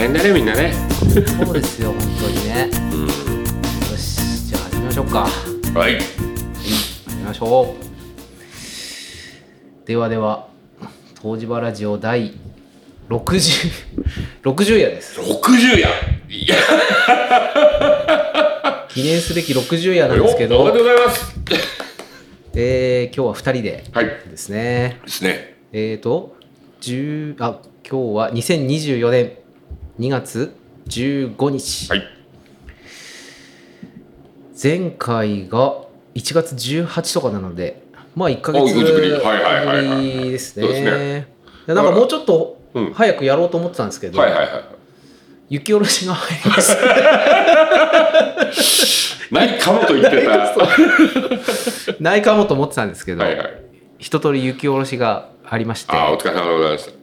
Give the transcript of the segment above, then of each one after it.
変だねみんなね。 そうですよ本当にね。よし、じゃあ始めましょうか。 はい。 始めましょう。ではでは、東芝ラジオ第60夜です。 60夜。いや。 記念すべき60夜なんですけど。 おめでとうございます。 今日は2人でですね。 ですね。 今日は2024年2月15日。 はい。 前回が1月18とかなので、まあ1ヶ月ぶりですね。なんかもうちょっと早くやろうと思ってたんですけど、雪下ろしが入ります。 ないかもと言ってた。 ないかもと思ってたんですけど、一通り雪下ろしがありまして。 お疲れ様でございました。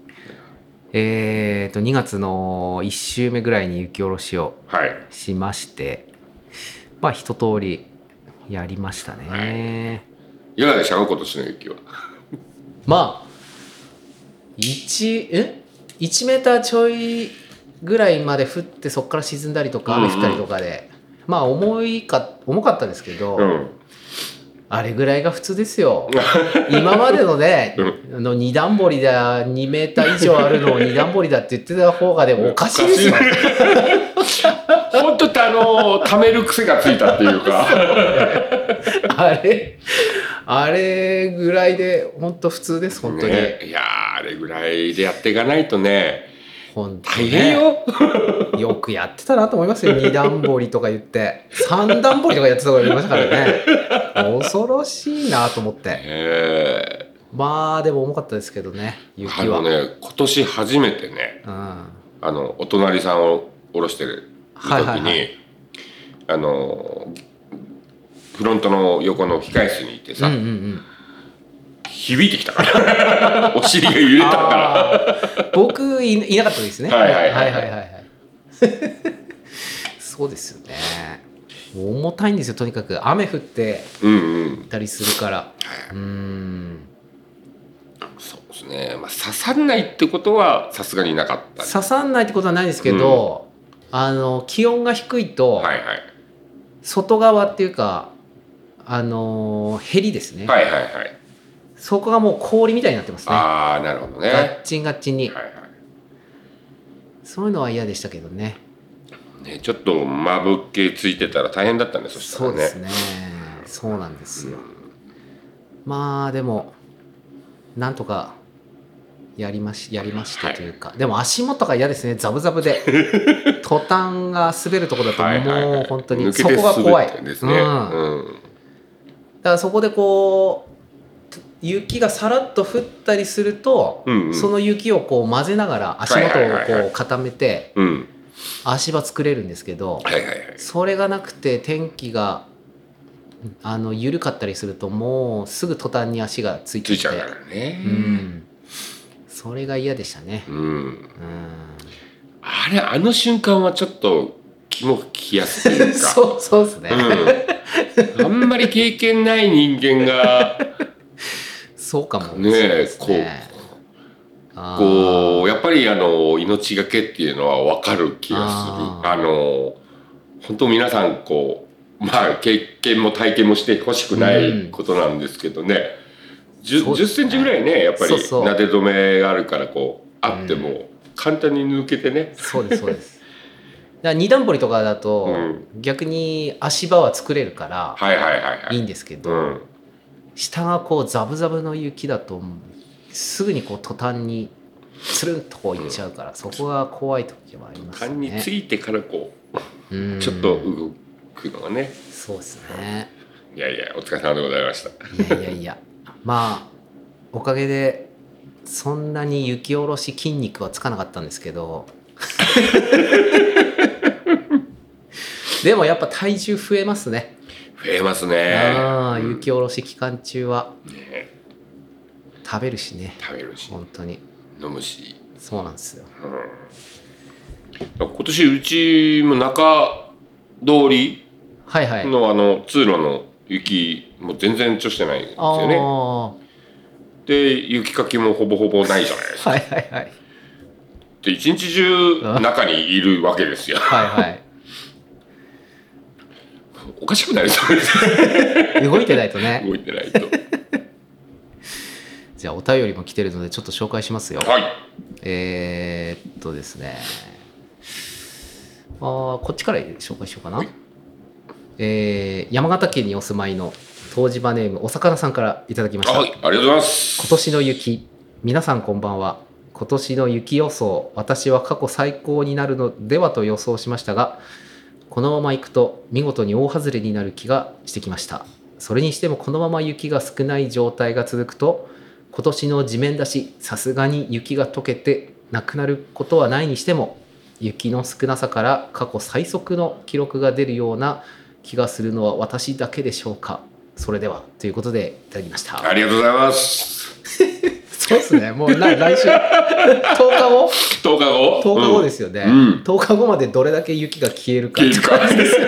2月の1週目ぐらいに雪下ろしをしまして、まあ一通りやりましたね。 いかがでしたか今年の雪は。 まあ1メーターちょいぐらいまで降って、そこから沈んだりとか雨降ったりとかで、まあ重かったですけど、あれぐらいが普通ですよ。今までのね、二段堀だ、2メーター以上あるのを二段堀だって言ってた方がでもおかしいですよ。 本当って貯める癖がついたっていうか。 あれぐらいで本当普通です本当に。 ね、いやあれぐらいでやっていかないとね。 本当大変よ。 よくやってたなと思いますよ。二段堀とか言って三段堀とかやってたとか言いましたからね。恐ろしいなと思って。まあでも重かったですけどね、雪は。 今年初めてね、お隣さんを下ろしてる時に、フロントの横の控え室にいてさ、響いてきたからお尻が揺れたから僕いなかったですね。そうですよね。重たいんですよ、とにかく雨降ってたりするから。 そうですね、まあ、刺さんないってことはさすがになかった。 刺さんないってことはないですけど、気温が低いと、外側っていうかへりですね、そこがもう氷みたいになってますね。 ああ、なるほどね。 ガッチンガッチンに、そういうのは嫌でしたけどね。 ちょっとまぶっけついてたら大変だったね。そしたらね。 そうですね、そうなんですよ。まあでもなんとかやりましたというか、でも足元が嫌ですね、ザブザブで。トタンが滑るところだともう本当にそこが怖いですね。だからそこでこう雪がさらっと降ったりすると、その雪をこう混ぜながら足元をこう固めて足場作れるんですけど、それがなくて天気が緩かったりするともうすぐ途端に足がついてきて、それが嫌でしたね。 あの瞬間はちょっと肝冷やすというかそうですね、 あんまり経験ない人間がそうかもね、こうやっぱり命がけっていうのは分かる気がする。本当皆さんこうまあ経験も体験もしてほしくないことなんですけどね、10センチぐらいね、やっぱりなで止めがあるからこうあっても簡単に抜けてね。 そうですだから二段堀とかだと逆に足場は作れるからいいんですけど、下がこうザブザブの雪だとすぐにこう途端につるんとこういっちゃうから、そこが怖い時もありますね。 途端についてからこうちょっと動くのがね。 そうですね。 いやお疲れ様でございました。 いやまあおかげでそんなに雪下ろし筋肉はつかなかったんですけどでもやっぱ体重増えますね。 増えますね。 雪下ろし期間中は、食べるしね。本当に飲むし。 そうなんですよ。 今年うちも中通りの通路の雪も全然ちょしてないんですよね。で雪かきもほぼほぼないじゃないですか。 って一日中中にいるわけですよ。 はいはい。 おかしくなりそうです動いてないとね。 動いてないと。 じゃあお便りも来てるのでちょっと紹介しますよ。 はい。 ですね。こっちから紹介しようかな。 はい。 山形県にお住まいの湯治場ネームお魚さんからいただきました。 はい、ありがとうございます。 今年の雪、皆さんこんばんは。今年の雪予想、私は過去最高になるのではと予想しましたが、このまま行くと見事に大外れになる気がしてきました。それにしてもこのまま雪が少ない状態が続くと、今年の地面だし、さすがに雪が溶けてなくなることはないにしても、雪の少なさから過去最速の記録が出るような気がするのは私だけでしょうか。それではということでいただきました。 ありがとうございます。 そうですね。もう来週10日後 10日後 10日後ですよね。10日後までどれだけ雪が消えるかって感じですよ。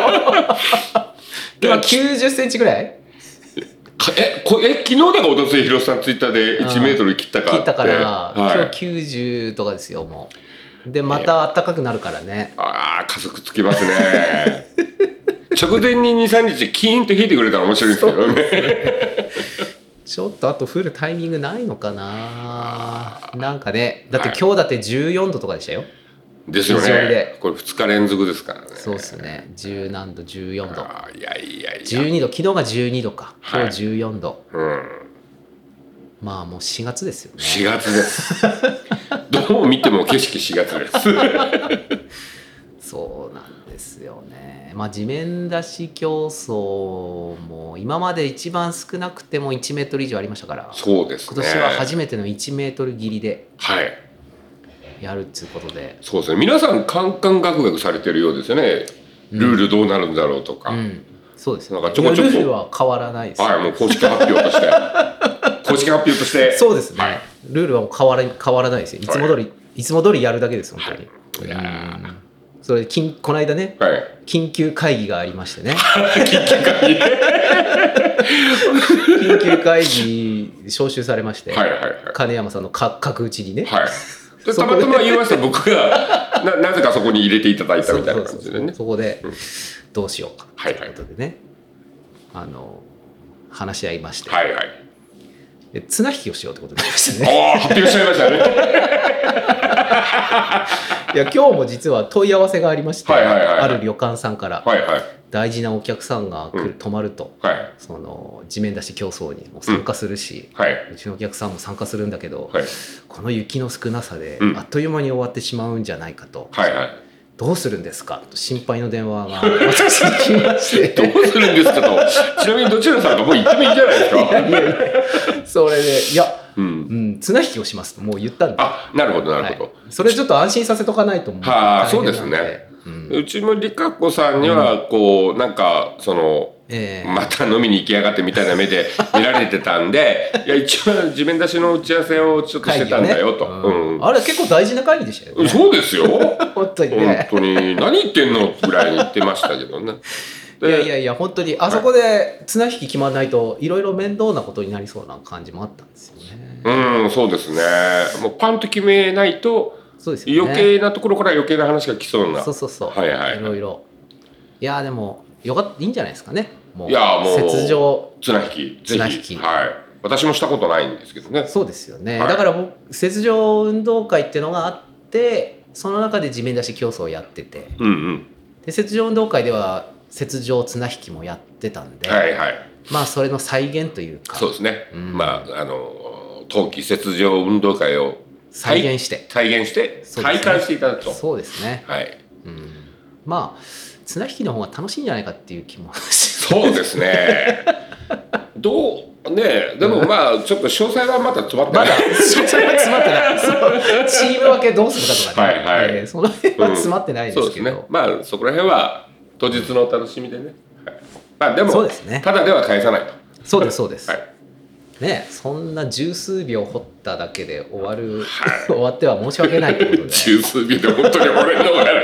今90センチぐらい？ 昨日だかおとつい広瀬さんツイッターで1メートル切ったかって。 切ったから、 はい、 今日90とかですよもう。でまた暖かくなるからね。 加速つきますね。直前に 2,3 日キーンと引いてくれたら面白いんですけどね。 ちょっとあと降るタイミングないのかな。なんかね、だって今日だって14度とかでしたよ。 ですよね。これ2日連続ですからね。 そうですね。10何度、14度。 いや 12度、昨日が12度か。今日14度。 はい、 まあもう4月ですよね。 4月です。どう見ても景色4月です。 そうなんですよね。まあ地面出し競争も今まで一番少なくても1メートル以上ありましたから。 そうですね。 今年は初めての1メートル切りで。 はい。 やるっていうことで、 そうですね。皆さんカンカンガクガクされてるようですよね。ルールどうなるんだろうとか、 そうですね。 なんかちょこちょこルールは変わらないです、 はい、もう公式発表として公式発表としてそうですね、 はい、 ルールはもう変わらないですよ。いつも通りやるだけです本当に、 はい、いやそれこの間ね、 はい、 緊急会議がありましてね緊急会議招集されまして、 はいはいはい、 金山さんの角打ちにね、 はいたまたま言いました僕がなぜかそこに入れていただいたみたいな感じでね。 そこでどうしようかということでね、話し合いまして、 はいはい、 綱引きをしようってことになりましたね。 発表しちゃいましたね。 いや今日も実は問い合わせがありまして、ある旅館さんから、 はいはい、 大事なお客さんが泊まると、 はい、 その地面出し競争にも参加するし、うちのお客さんも参加するんだけど、この雪の少なさであっという間に終わってしまうんじゃないかと、どうするんですかと心配の電話が私に来ましてどうするんですかと、ちなみにどちらさんかもう言ってもいいんじゃないですか。 それで綱引きをしますともう言ったんで。 なるほどなるほど、 それちょっと安心させとかないと思う。 そうですね。うちもりかこさんにはこうなんかその、また飲みに行きやがってみたいな目で見られてたんでいや一応地面出しの打ち合わせをちょっとしてたんだよと、 あれ結構大事な会議でしたよね。 そうですよ本当にね、 本当に何言ってんのぐらいに言ってましたけどね。 いや本当にあそこで綱引き決まらないといろいろ面倒なことになりそうな感じもあったんですよね。 そうですね。もうパンと決めないとそうですよね、余計なところから余計な話が来そうな。 そう、いろいろ。いやでもいいんじゃないですかね。もう雪上綱引き、はい。私もしたことないんですけどね。 そうですよね。だから雪上運動会っていうのがあって、その中で地面出し競争をやってて、で雪上運動会では雪上綱引きもやってたんで、まあそれの再現というか。 そうですね。冬季雪上運動会を再現して体感していただくと。 そうですね。まあ綱引きの方が楽しいんじゃないかっていう気もそうですね。でもまあちょっと詳細はまだ詰まってない。 詳細は詰まってない。チーム分けどうするかとかね、その辺は詰まってないですけど、 まあそこら辺は当日のお楽しみでね。まあでもただでは返さないと。 そうですね、そんな十数秒掘っただけで終わっては申し訳ないってことで。 十数秒で本当に折れるのかな。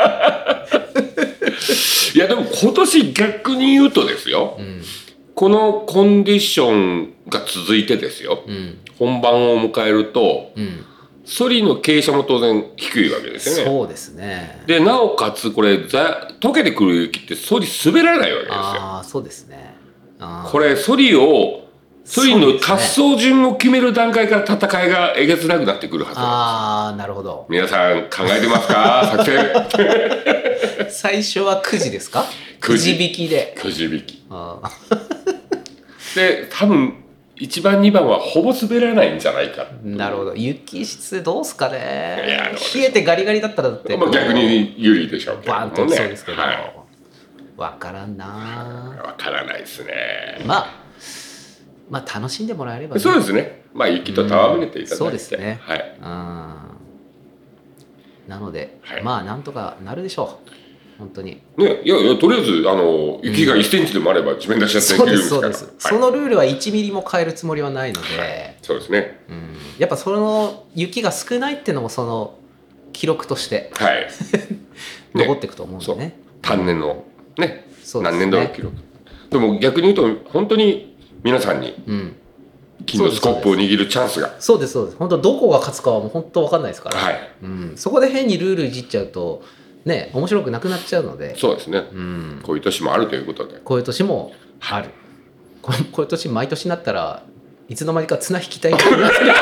いやでも今年逆に言うとですよ、このコンディションが続いてですよ、本番を迎えると、 ソリの傾斜も当然低いわけですよね。 そうですね。 でなおかつこれ溶けてくる雪ってソリ滑らないわけですよ。 ああそうですね。 これソリの滑走順を決める段階から戦いがえげつなくなってくるはずなんです。 ああなるほど。 皆さん考えてますか作戦。 最初はくじですか？ くじくじ引きで。 くじ引きあで多分1番2番はほぼ滑らないんじゃないか。 なるほど。雪質どうすかいやね。 どうでしょう冷えてガリガリだったらだってまあ、逆に有利でしょうけどバーンともね。 そうですけど、 はいわからんな。 わからないですね。 まあ楽しんでもらえればね。 そうですね。まあ雪と戯れていただいて、 そうですね。 はい。 なので、 はいまあなんとかなるでしょう。本当に。 ね、いやとりあえず雪が1センチでもあれば地面出しやってできるんですから。 そうですそうです。そのルールは1ミリも変えるつもりはないので、 そうですね。 やっぱその雪が少ないっていうのもその記録としてはい。 残っていくと思うんでね。 単年のね、 そうですね何年度の記録。でも逆に言うと本当に皆さんに金のスコップを握るチャンスが。 そうですそうです。本当どこが勝つかはもう本当分かんないですから。 はい。 そこで変にルールいじっちゃうとね面白くなくなっちゃうので。 そうですね。こういう年もあるということで。 こういう年もある。こういう年毎年になったらいつの間にか綱引き大会になってる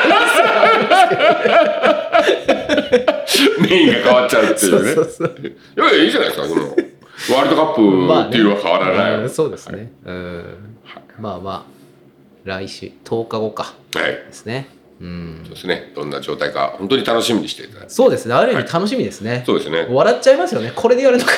メインが変わっちゃうっていうね。 そうそういやいいじゃないですか。でもワールドカップっていうのは変わらない。 そうですね。まあまあ来週10日後かですね。 そうですね。どんな状態か本当に楽しみにしていただいて。 そうですね。ある意味楽しみですね。 そうですね。 笑っちゃいますよね。これでやるのか。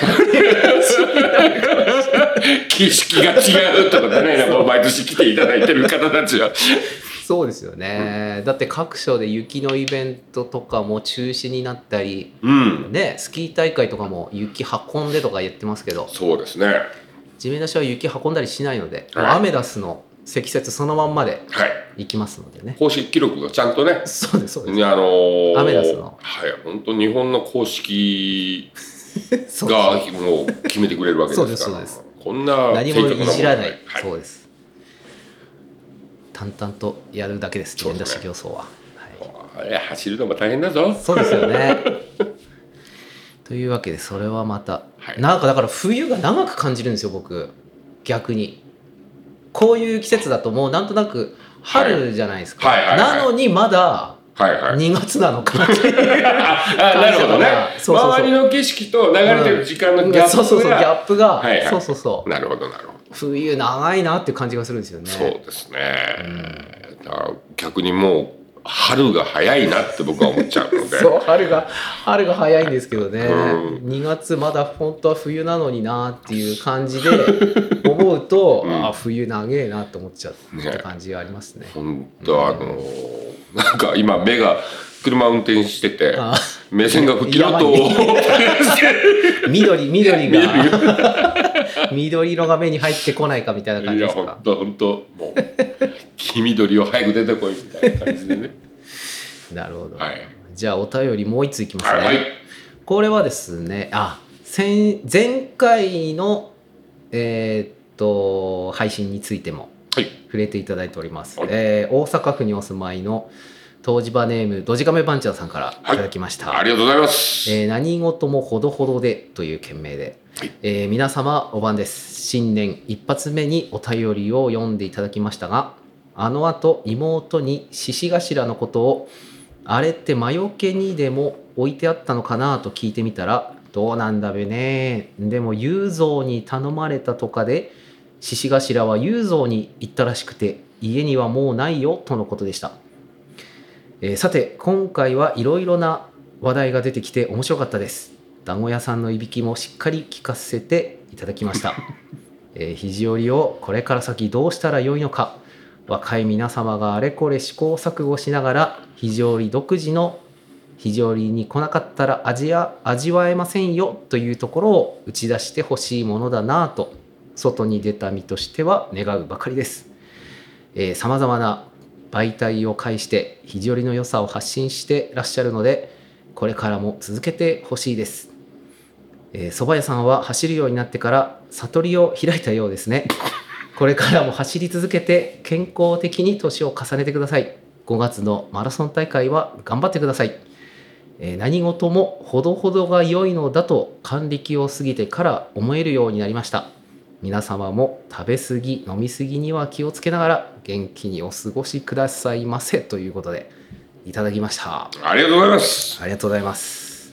景色が違うとかね、毎年来ていただいてる方たちは。 そうですよね。だって各所で雪のイベントとかも中止になったり、ね、スキー大会とかも雪運んでとか言ってますけど、 そうですね。 地面出しは雪運んだりしないので、アメダスの積雪そのまんまで行きますのでね。 公式記録がちゃんとね。 そうですそうです。 アメダスの。 はい、本当日本の公式がもう決めてくれるわけですから。そうです。こんな何もいじらない。そうです。淡々とやるだけです。地面出し競争は。 あれ走るのも大変だぞ。 そうですよね。というわけでそれはまた、なんかだから冬が長く感じるんですよ僕逆に。こういう季節だともうなんとなく春じゃないですか。なのにまだ2月なのかなっていうなるほどね。周りの景色と流れてる時間のギャップが、 そうギャップが、そうなるほどなるほど。 冬長いなっていう感じがするんですよね。 そうですね。だから逆にもう春が早いなって僕は思っちゃうので。 そう春が早いんですけどね。2月まだ本当は冬なのになっていう感じで思うと、冬長えなって思っちゃうって感じがありますね。 本当なんか今目が車運転してて目線が吹きろと緑色が目に入ってこないかみたいな感じですか。 いや本当もう黄緑を早く出てこいみたいな感じでね。 なるほど。じゃあお便りもう一ついきますね。これはですね前回の配信についても触れていただいております。大阪府にお住まいの湯治場ネームドジカメバンチャーさんからいただきました。 ありがとうございます。 何事もほどほどでという件名で、皆様お晩です。新年一発目にお便りを読んでいただきましたが、あのあと妹に獅子頭のことをあれって魔除けにでも置いてあったのかなと聞いてみたら、どうなんだべね、でも雄三に頼まれたとかで獅子頭は雄三に行ったらしくて家にはもうないよとのことでした。さて今回はいろいろな話題が出てきて面白かったです。団子屋さんのいびきもしっかり聞かせていただきました。肘折をこれから先どうしたらよいのか、若い皆様があれこれ試行錯誤しながら肘折独自の肘折に来なかったら味わえませんよというところを打ち出してほしいものだなぁと外に出た身としては願うばかりです。さまざまな媒体を介して肘折の良さを発信してらっしゃるのでこれからも続けてほしいです。蕎麦屋さんは走るようになってから悟りを開いたようですね。これからも走り続けて健康的に年を重ねてください。 5月のマラソン大会は頑張ってください。何事もほどほどが良いのだと還暦を過ぎてから思えるようになりました。皆様も食べ過ぎ飲み過ぎには気をつけながら元気にお過ごしくださいませということでいただきました。 ありがとうございます。 ありがとうございます。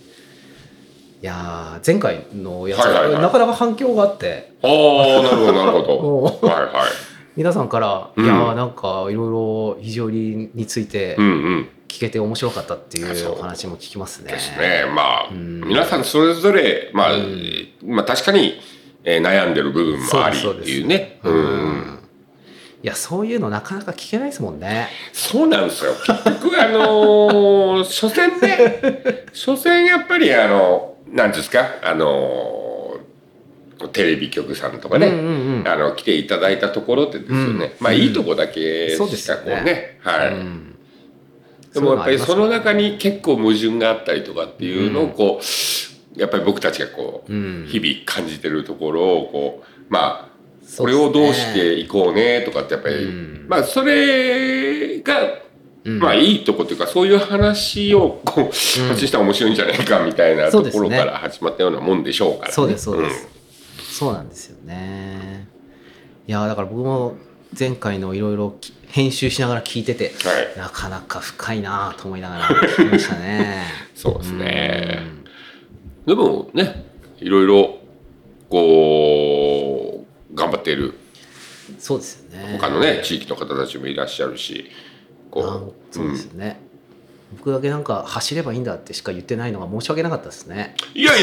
いや前回のやつ、なかなか反響があって。 ああ、なるほどなるほど。はいはい。 皆さんから、いやなんかいろいろ非常について聞けて面白かったっていうお話も聞きますね。 ですね。まあ、皆さんそれぞれ、まあ確かに、悩んでる部分もありっていうね。 いやそういうのなかなか聞けないですもんね。 そうなんですよ。結局所詮ね、所詮やっぱりなんですかテレビ局さんとかね、来ていただいたところでですよね、まあいいとこだけしかこうね、はい。でもやっぱりその中に結構矛盾があったりとかっていうのをこうやっぱり僕たちがこう日々感じてるところをこうまあこれをどうしていこうねとかってやっぱりまあそれがまあいいとこというかそういう話をこう発したら面白いんじゃないかみたいなところから始まったようなもんでしょうからね。 そうですそうです。そうなんですよね。いやだから僕も前回のいろいろ編集しながら聞いてて、なかなか深いなと思いながら聞きましたね。 そうですね。でもねいろいろこう頑張っているそうですよね。 他のね地域の方たちもいらっしゃるしそうですよね。僕だけなんか走ればいいんだってしか言ってないのが申し訳なかったですね。 いや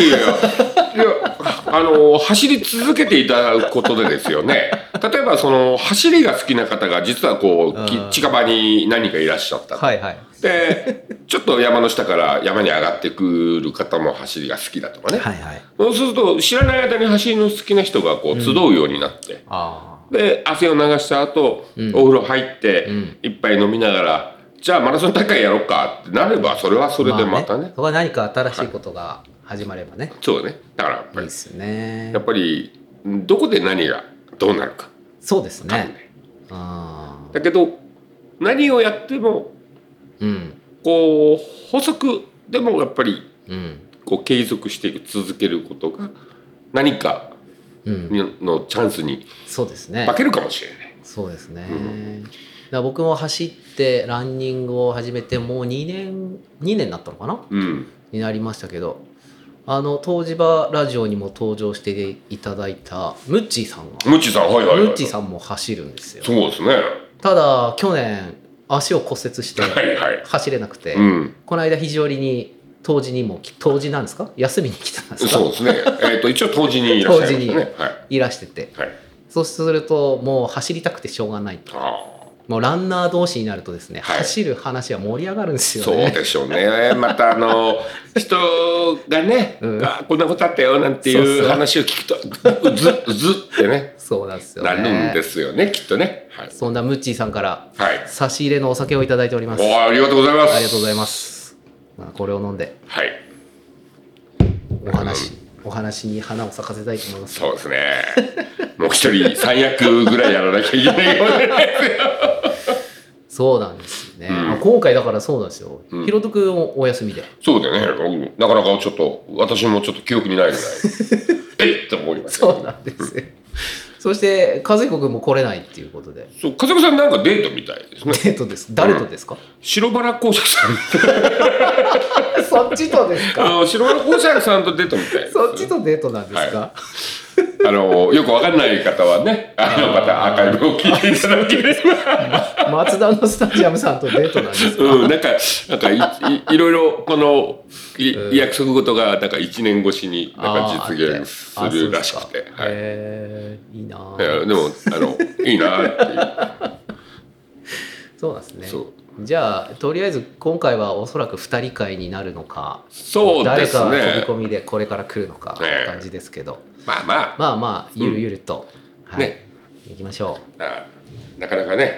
走り続けていただくことでですよね。例えばその走りが好きな方が実はこう近場に何かいらっしゃった、でちょっと山の下から山に上がってくる方も走りが好きだとかね、そうすると知らない間に走りの好きな人がこう集うようになって、で汗を流した後、お風呂入って、一杯飲みながらじゃあマラソン大会やろうかってなればそれはそれでまたね、 そこは何か新しいことが始まればね、 そうね。だからやっぱりいいですね。 やっぱりどこで何がどうなるか。 そうですね。 だけど何をやっても、こう補足でもやっぱり、こう継続していく続けることが何かのチャンスに化けるかもしれない。 そうですね。だから僕も走ってランニングを始めてもう2年になったのかな、になりましたけど、東芝ラジオにも登場していただいたムッチーさんがムッチーさんも走るんですよ。 そうですね。 ただ去年足を骨折して走れなくて、この間肘折に当時なんですか休みに来たんですか。 そうですね。一応当時にいらっしゃいましたね。 いらしてて、そうするともう走りたくてしょうがないと。もうランナー同士になるとですね、走る話は盛り上がるんですよね。 そうでしょうね。また人がね、こんなことあったよなんていう話を聞くとずってね、 そうなんですよね。なるんですよね、きっとね。 そんなムッチーさんから差し入れのお酒をいただいております。 ありがとうございます。 ありがとうございます。これを飲んで、お話に花を咲かせたいと思います。 そうですね。もう一人三役ぐらいやらなきゃいけないよね。 そうなんですね。今回だからそうなんですよ。ひろとくんお休みで。 そうだよね。なかなかちょっと私もちょっと記憶にないぐらいえっと思いました。 そうなんですよ。そして和彦くんも来れないっていうことで。 そう、和彦さんなんかデートみたいですね。 デートです。誰とですか？ 白バラ公爵さん。 そっちとですか？ 白バラ公爵さんとデートみたいです。 そっちとデートなんですか？ よくわかんない方はね、またアーカイブを聞いていただければ。松田のスタジアムさんとデートなんですか？ なんかいろいろこの約束事がなんか1年越しになんか実現するらしくて、 いいな。 でもいいなっていう。 そうなんですね。じゃあとりあえず今回はおそらく2人会になるのか、 そうですね。 誰か飛び込みでこれから来るのかって感じですけど、 まあゆるゆるとね行きましょう。なかなかね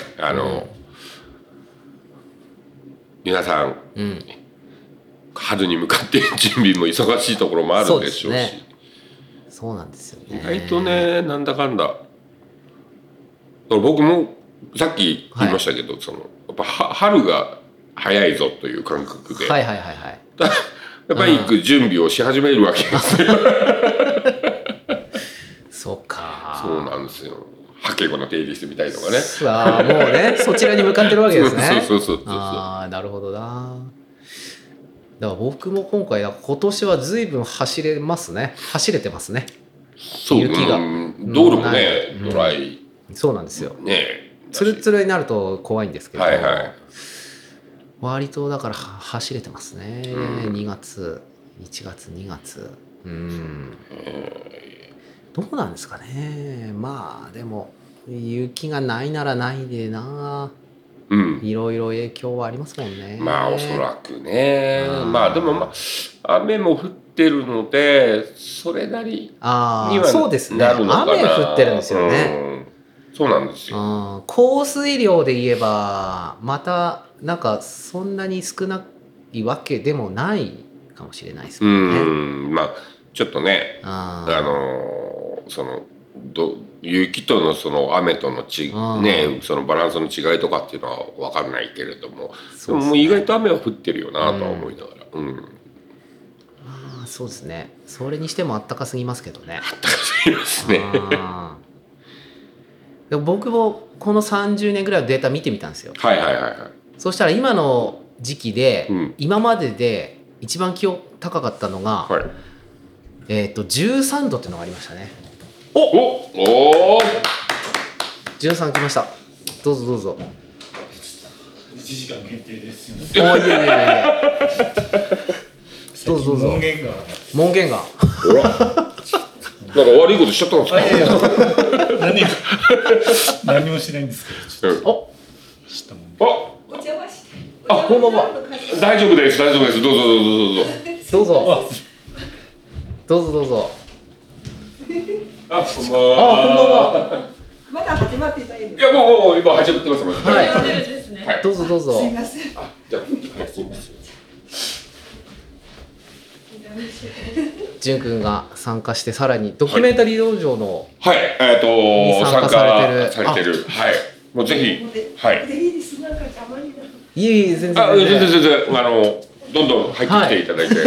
皆さん春に向かって準備も忙しいところもあるでしょうし、 そうなんですよね。 意外とねなんだかんだ僕もさっき言いましたけど、やっぱ春が早いぞという感覚で、 はいはいはいはい。 やっぱり行く準備をし始めるわけですよ。 そうか。 そうなんですよ。はけ子の手入れしてみたりとかね。 ああ、もうね、そちらに向かってるわけですね。 そう。 ああ、なるほどな。だから僕も今回、今年は随分走れてますね。 そう、 雪が道路もね、ドライ。 そうなんですよ。 ね。 ツルツルになると怖いんですけど、 はいはい。 割とだから走れてますね。2月、1月、2月。どうなんですかね。まあでも雪がないならないでな。いろいろ影響はありますもんね。 まあおそらくね。まあでも雨も降ってるのでそれなりにはそうですね。雨降ってるんですよね。 そうなんですよ。 降水量で言えばまたなんかそんなに少ないわけでもないかもしれないですけどね。 まあちょっとね、雪とのその雨とのね、そのバランスの違いとかっていうのは分かんないけれども、でも意外と雨は降ってるよなとは思いながら。 そうですね。それにしてもあったかすぎますけどね。 あったかすぎますね。 でも僕もこの30年ぐらいのデータ見てみたんですよ。そしたら今の時期で、今までで一番気温高かったのが、13度っていうのがありましたね。 お 13来ました。どうぞどうぞ。 1時間限定ですよね。 いやどうぞどうぞ。門限が。 なんか悪いことしちゃったんですか。 何もしないんですけど。 こんばんは。 大丈夫です。どうぞ。 どうぞ。 こんばんは。 まだ始まってないんです。 いやもう今始まってますもん。 はい。どうぞ。 すいません。 じゃあすいません。 淳君が参加してさらにドキュメンタリー道場の参加されてる。はい。もうぜひはい。 いえ全然どんどん入ってきていただいて。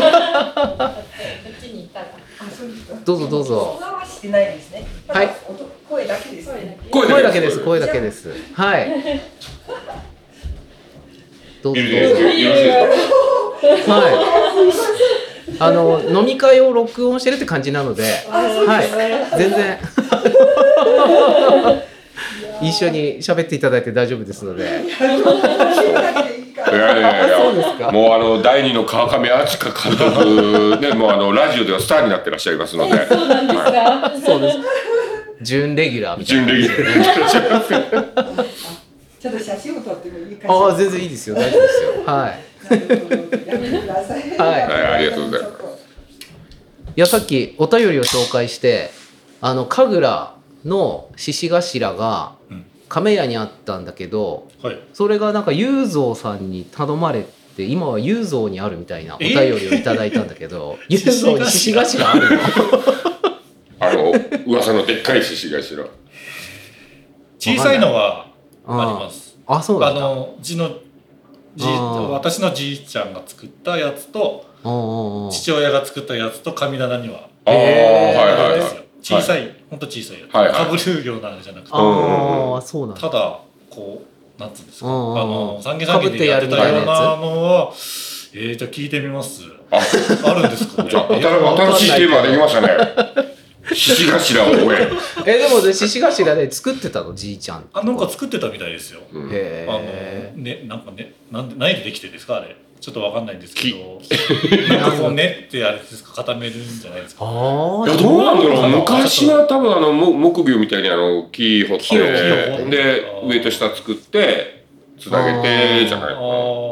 どうぞ。はい。 声だけです。 声だけです。はい。どうぞ。 よろしいですか。 はい。飲み会を録音してるって感じなので、はい。全然一緒に喋っていただいて大丈夫ですので。 いやもう第二の川上敦香監督ね、もうラジオではスターになってらっしゃいますので。 そうなんですか。そうです。準レギュラーみたいな。 ちょっと写真を撮ってもいいかしら。 全然いいですよ。大丈夫ですよ。はい。 やめてください。 はい、ありがとうございます。 いやさっきお便りを紹介して神楽の獅子頭が亀屋にあったんだけど、それがなんか雄三さんに頼まれて今は雄三にあるみたいなお便りをいただいたんだけど、雄三に獅子頭あるの？ 噂のでっかい獅子頭。 小さいのはあります。 そうなんだ。 私のじいちゃんが作ったやつと父親が作ったやつと神棚にはあるんですよ。小さい、ほんと小さいやつ。かぶるようなのじゃなくて。 そうなんだ。 ただこうなんつうんですか。三軒でやってたようなのはじゃあ聞いてみます。あるんですかね。 じゃあ新しいテーマできましたね。獅子頭を終え。 でも獅子頭で作ってたのじいちゃん。 なんか作ってたみたいですよ。なんかね、何でできてるんですかあれ。ちょっとわかんないんですけど、なんかこう練ってあれですか固めるんじゃないですか。 どうなんだろう。昔は多分木魚みたいに木掘ってで上と下作ってつなげてじゃないかな。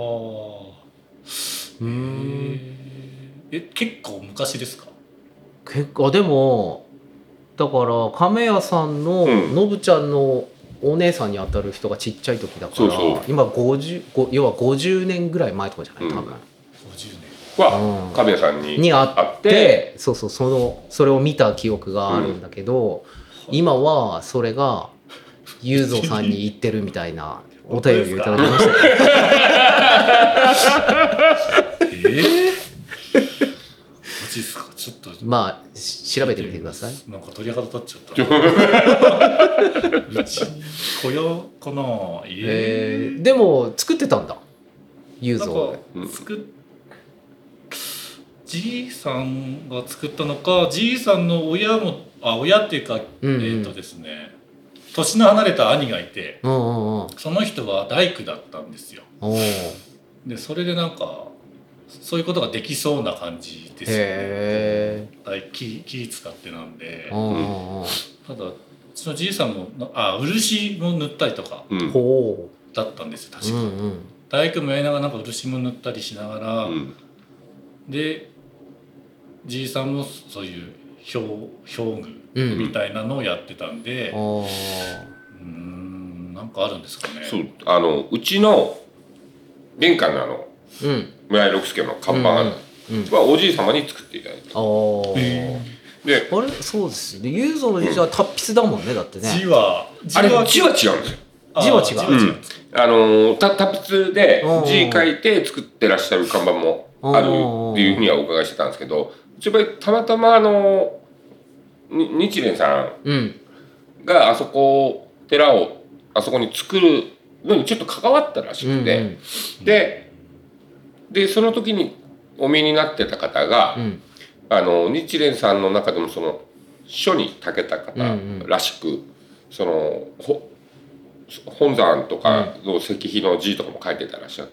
結構昔ですか。 でもだから亀屋さんののぶちゃんのお姉さんに当たる人がちっちゃい時だから今要は50年ぐらい前とかじゃない多分。 50 年は亀屋さんにあってそれを見た記憶があるんだけど、今はそれがゆうぞうさんに言ってるみたいなお便りをいただきましたよ。 マジですか。ちょっとまあ調べてみてください。 なんか鳥肌立っちゃった。うちに来ようかな。 でも作ってたんだ、ゆうなんぞう。 かじいさんが作ったのか、じいさんの親っていうか、ですね、年の離れた兄がいて、その人は大工だったんですよ。でそれでなんかそういうことができそうな感じですよね。木使ってなんで、ただうちのじいさんも漆も塗ったりとかだったんですよ、確か。大工もやりながらなんか漆も塗ったりしながら、でじいさんもそういう表具みたいなのをやってたんで、なんかあるんですかね。 そう、うちの玄関の村井六助の看板はおじい様に作っていただいた。 であれそうですね、ゆうぞうの字は達筆だもんね、だってね。 字は違うんですよ。 字は違う。 達筆で字書いて作ってらっしゃる看板もあるっていうふうにはお伺いしてたんですけど、うちはたまたま日蓮さんがあそこ寺をあそこに作るのにちょっと関わったらしくて、でその時にお見えになってた方が、日蓮さんの中でもその書に長けた方らしく、その本山とかの石碑の字とかも書いてたらっしゃった、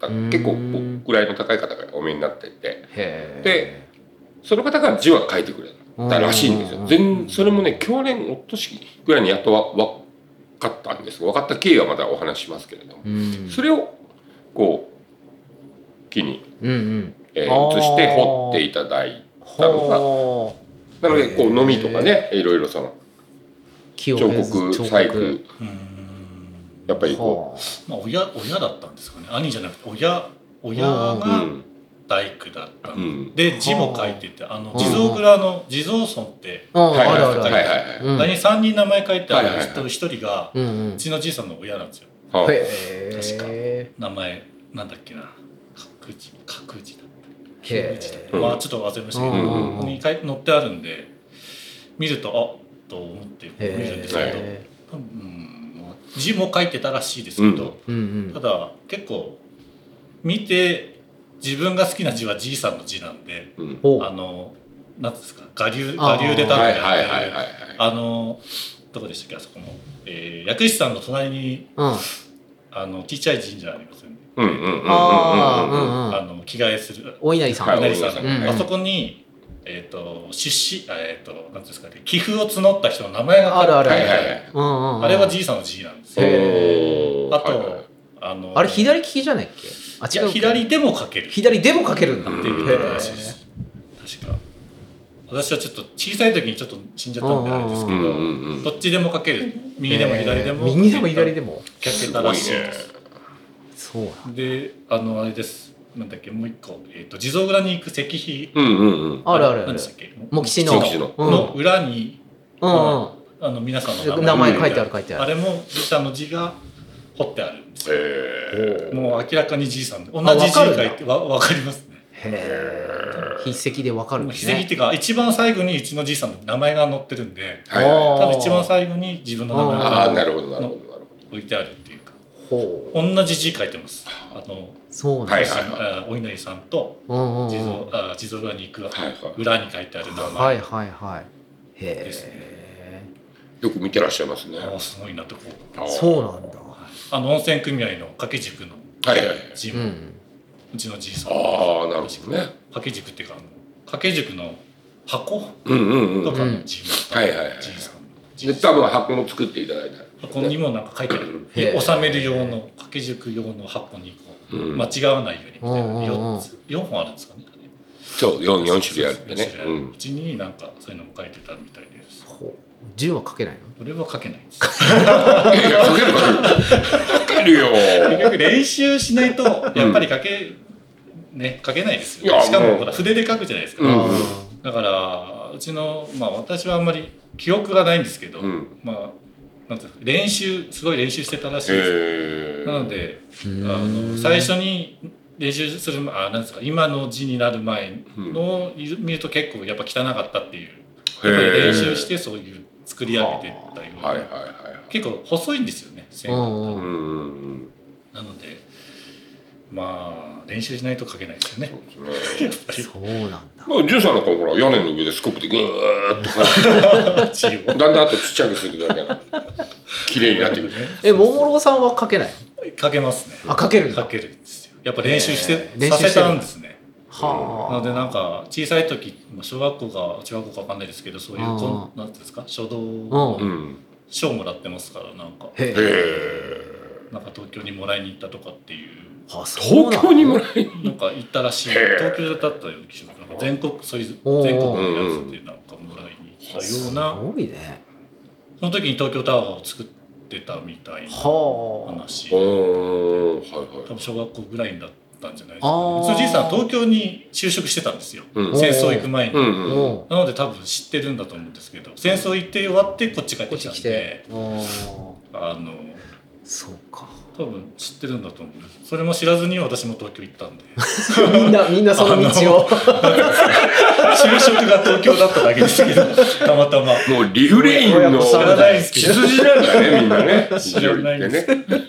結構位の高い方がお見えになっていて、でその方が字は書いてくれたらしいんですよ。それもね、去年おとしぐらいにやっと分かったんです。分かった経緯はまたお話ししますけれども、それをこう木に移して彫っていただいたのが、なのでこうのみとかね、いろいろその彫刻細工、やっぱりこう、親だったんですかね。兄じゃなくて親が大工だったで、字も書いてて、地蔵蔵の地蔵尊って3人名前書いてある人一人がうちのじいさんの親なんですよ。確か名前なんだっけな、角字だったまあちょっと忘れましたけど、ここに載ってあるんで見るとと思って見るんですけど、字も書いてたらしいですけど、ただ結構見て自分が好きな字はじいさんの字なんで、なんですか、我流で立ってどこでしたっけ、あそこの薬師さんの隣にちっちゃい神社ありますよね。着替えするお稲荷さん、 あそこに出資なんですかね、寄付を募った人の名前が書いてある。あれはじいさんの字なんですよ。あとあれ左利きじゃないっけ？ 違う、左でも書ける。 左でも書けるんだっていうらしいです。確か私はちょっと小さい時にちょっと死んじゃったんであれですけど、どっちでも書ける、右でも左でも書けたらしいです。 そうであれです、なんだっけ、もう一個地蔵蔵に行く石碑、 ある何でしたっけ、 茂吉の裏に皆さんの名前書いてあるあれもじいさんの字が彫ってあるんですよ。もう明らかにじいさん同じ字書いて分かりますね。 筆跡で分かるんですね。筆跡っていうか一番最後にうちのじいさんの名前が載ってるんで、多分一番最後に自分の名前が置いてあるっていうか、同じ字書いてます。 そうなんですね。 お稲荷さんと地蔵裏に行く裏に書いてある名前ですね。 よく見てらっしゃいますね。 すごいなとこう。 そうなんだ。 温泉組合の掛け軸の字もうちのじいさん。 なるほどね。 掛け軸っていうか掛け軸の箱とかの字もじいさん。 で多分箱も作っていただいた。 箱にもなんか書いてある。収める用の掛け軸用の箱に間違わないように4本あるんですかね。 そう、4種類あるってね。 うちになんかそういうのも書いてたみたいです。 字は書けないの？ 俺は書けないです。 書けるよ。 結局練習しないとやっぱり書けないですよ。しかも筆で書くじゃないですか。だからうちの私はあんまり記憶がないんですけど、 なんていうかすごい練習してたらしいです。なので最初に練習するなんですか、今の字になる前のを見ると結構やっぱ汚かったっていう、やっぱり練習してそういう作り上げていったような、結構細いんですよね線が。なのでまあ練習しないと書けないですよね。 そうなんだ。 まあ、ジュンさんなんかほら屋根の上でスコップでグーッと書いてだんだんあとちっちゃくするだけな綺麗になってくる。 桃郎さんは書けない？ 書けますね。 書けるんだ。 書けるんですよ。やっぱ練習してさせたんですね。 はあ。 なのでなんか小さい時、小学校か中学校かわかんないですけど、そういうなんていうんですか、書道賞もらってますから、なんかなんか東京にもらいに行ったとかっていう。 東京にもらいになんか行ったらしい。東京だったような気がします。なんか全国そういう全国のやつでなんかもらいに行ったような。 すごいね。 その時に東京タワーを作ってたみたいな話。多分小学校ぐらいだったんじゃないですかね。そのじいさんは東京に就職してたんですよ。戦争行く前に。なので多分知ってるんだと思うんですけど、戦争行って終わってこっち帰ってきたんで、 そうか。 多分知ってるんだと思う。それも知らずに私も東京行ったんで。 みんなその道を。 就職が東京だっただけですけど、たまたま。 もうリフレインの知らないですけど。 羊なんだねみんなね。 知らないです。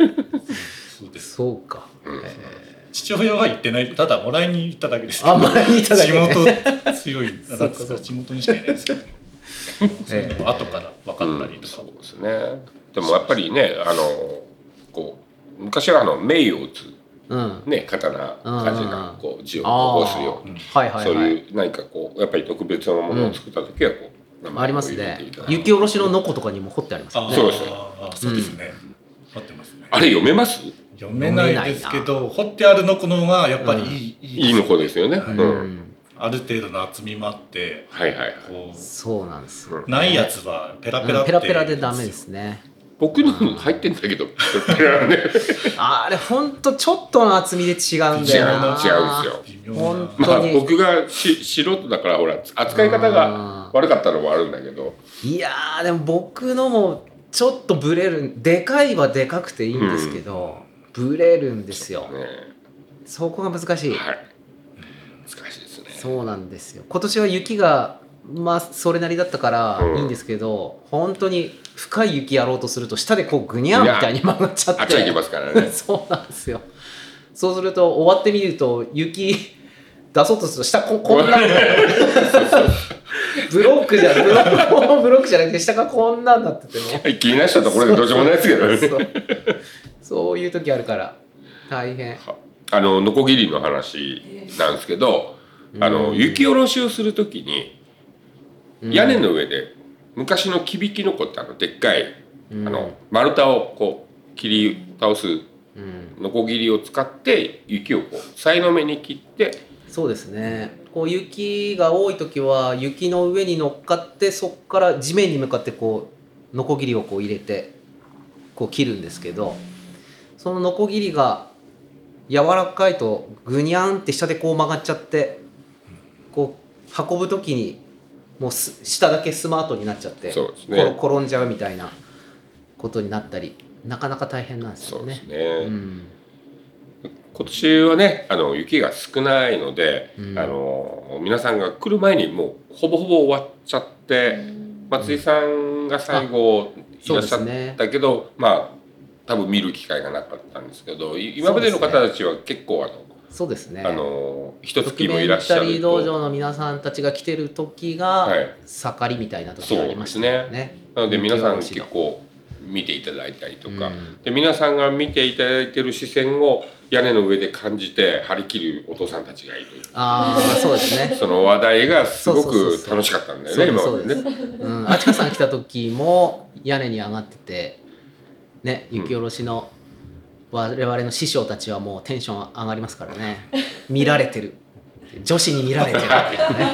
そうか。 父親は行ってない。ただもらいに行っただけですけど。もらいに行っただけ。 地元強い。地元にしかいないですけど。後から分かったりとか。 そうですね。でもやっぱりね、こう昔は銘を打つね、刀鍛冶がこう字を起こすように、そういう何かこうやっぱり特別なものを作った時はこうありますね。雪下ろしのノコとかにも彫ってありますね。 そうですね。 そうですね。彫ってますね。 あれ読めます？ 読めないですけど、彫ってあるノコの方がやっぱりいいノコですよね。 ある程度の厚みもあって、 そうなんですよ。 ないやつはペラペラペラペラでダメですね。 僕の入ってんだけど、 あれ本当ちょっとの厚みで違うんだよな。 違うんですよ。 本当に。 僕が素人だからほら扱い方が悪かったのもあるんだけど。 いやーでも僕のもちょっとブレる。でかいはでかくていいんですけど、ブレるんですよ。そこが難しい。 はい。難しいですね。 そうなんですよ。今年は雪がまあそれなりだったからいいんですけど、本当に深い雪やろうとすると下でこうグニャンみたいに曲がっちゃって、 あっちゃいけますからね。 そうなんですよ。そうすると終わってみると雪出そうとすると下こんなブロックじゃなくて下がこんなになってても気になっちゃったこれでどうしようもないですけどね。 そういう時あるから大変。 ノコギリの話なんですけど、雪下ろしをする時に屋根の上で昔の木引きのこってでっかい丸太をこう切り倒すノコギリを使って雪をこうさいの目に切って。 そうですね。こう雪が多い時は雪の上に乗っかってそこから地面に向かってこうノコギリをこう入れてこう切るんですけど、そのノコギリが柔らかいとグニャンって下でこう曲がっちゃってこう運ぶ時にもう下だけスマートになっちゃって、転んじゃうみたいなことになったりなかなか大変なんですよね。 そうですね。今年はね雪が少ないので、皆さんが来る前にもうほぼほぼ終わっちゃって、松井さんが最後いらっしゃったけど、まあ多分見る機会がなかったんですけど、今までの方たちは結構そうですね。 一月もいらっしゃると。 ドキュメンタリー道場の皆さんたちが来てる時が盛りみたいな時がありましたね。 なので皆さん結構見ていただいたりとか、で皆さんが見ていただいてる視線を屋根の上で感じて張り切るお父さんたちがいる。 そうですね。 その話題がすごく楽しかったんだよね今までね。 あちかさん来た時も屋根に上がっててね、雪下ろしの我々の師匠たちはもうテンション上がりますからね。見られてる、女子に見られてるっていうね。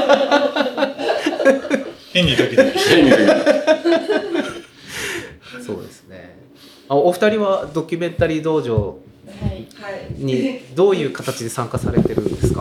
変にドキドキ。 そうですね。お二人はドキュメンタリー道場にどういう形で参加されてるんですか？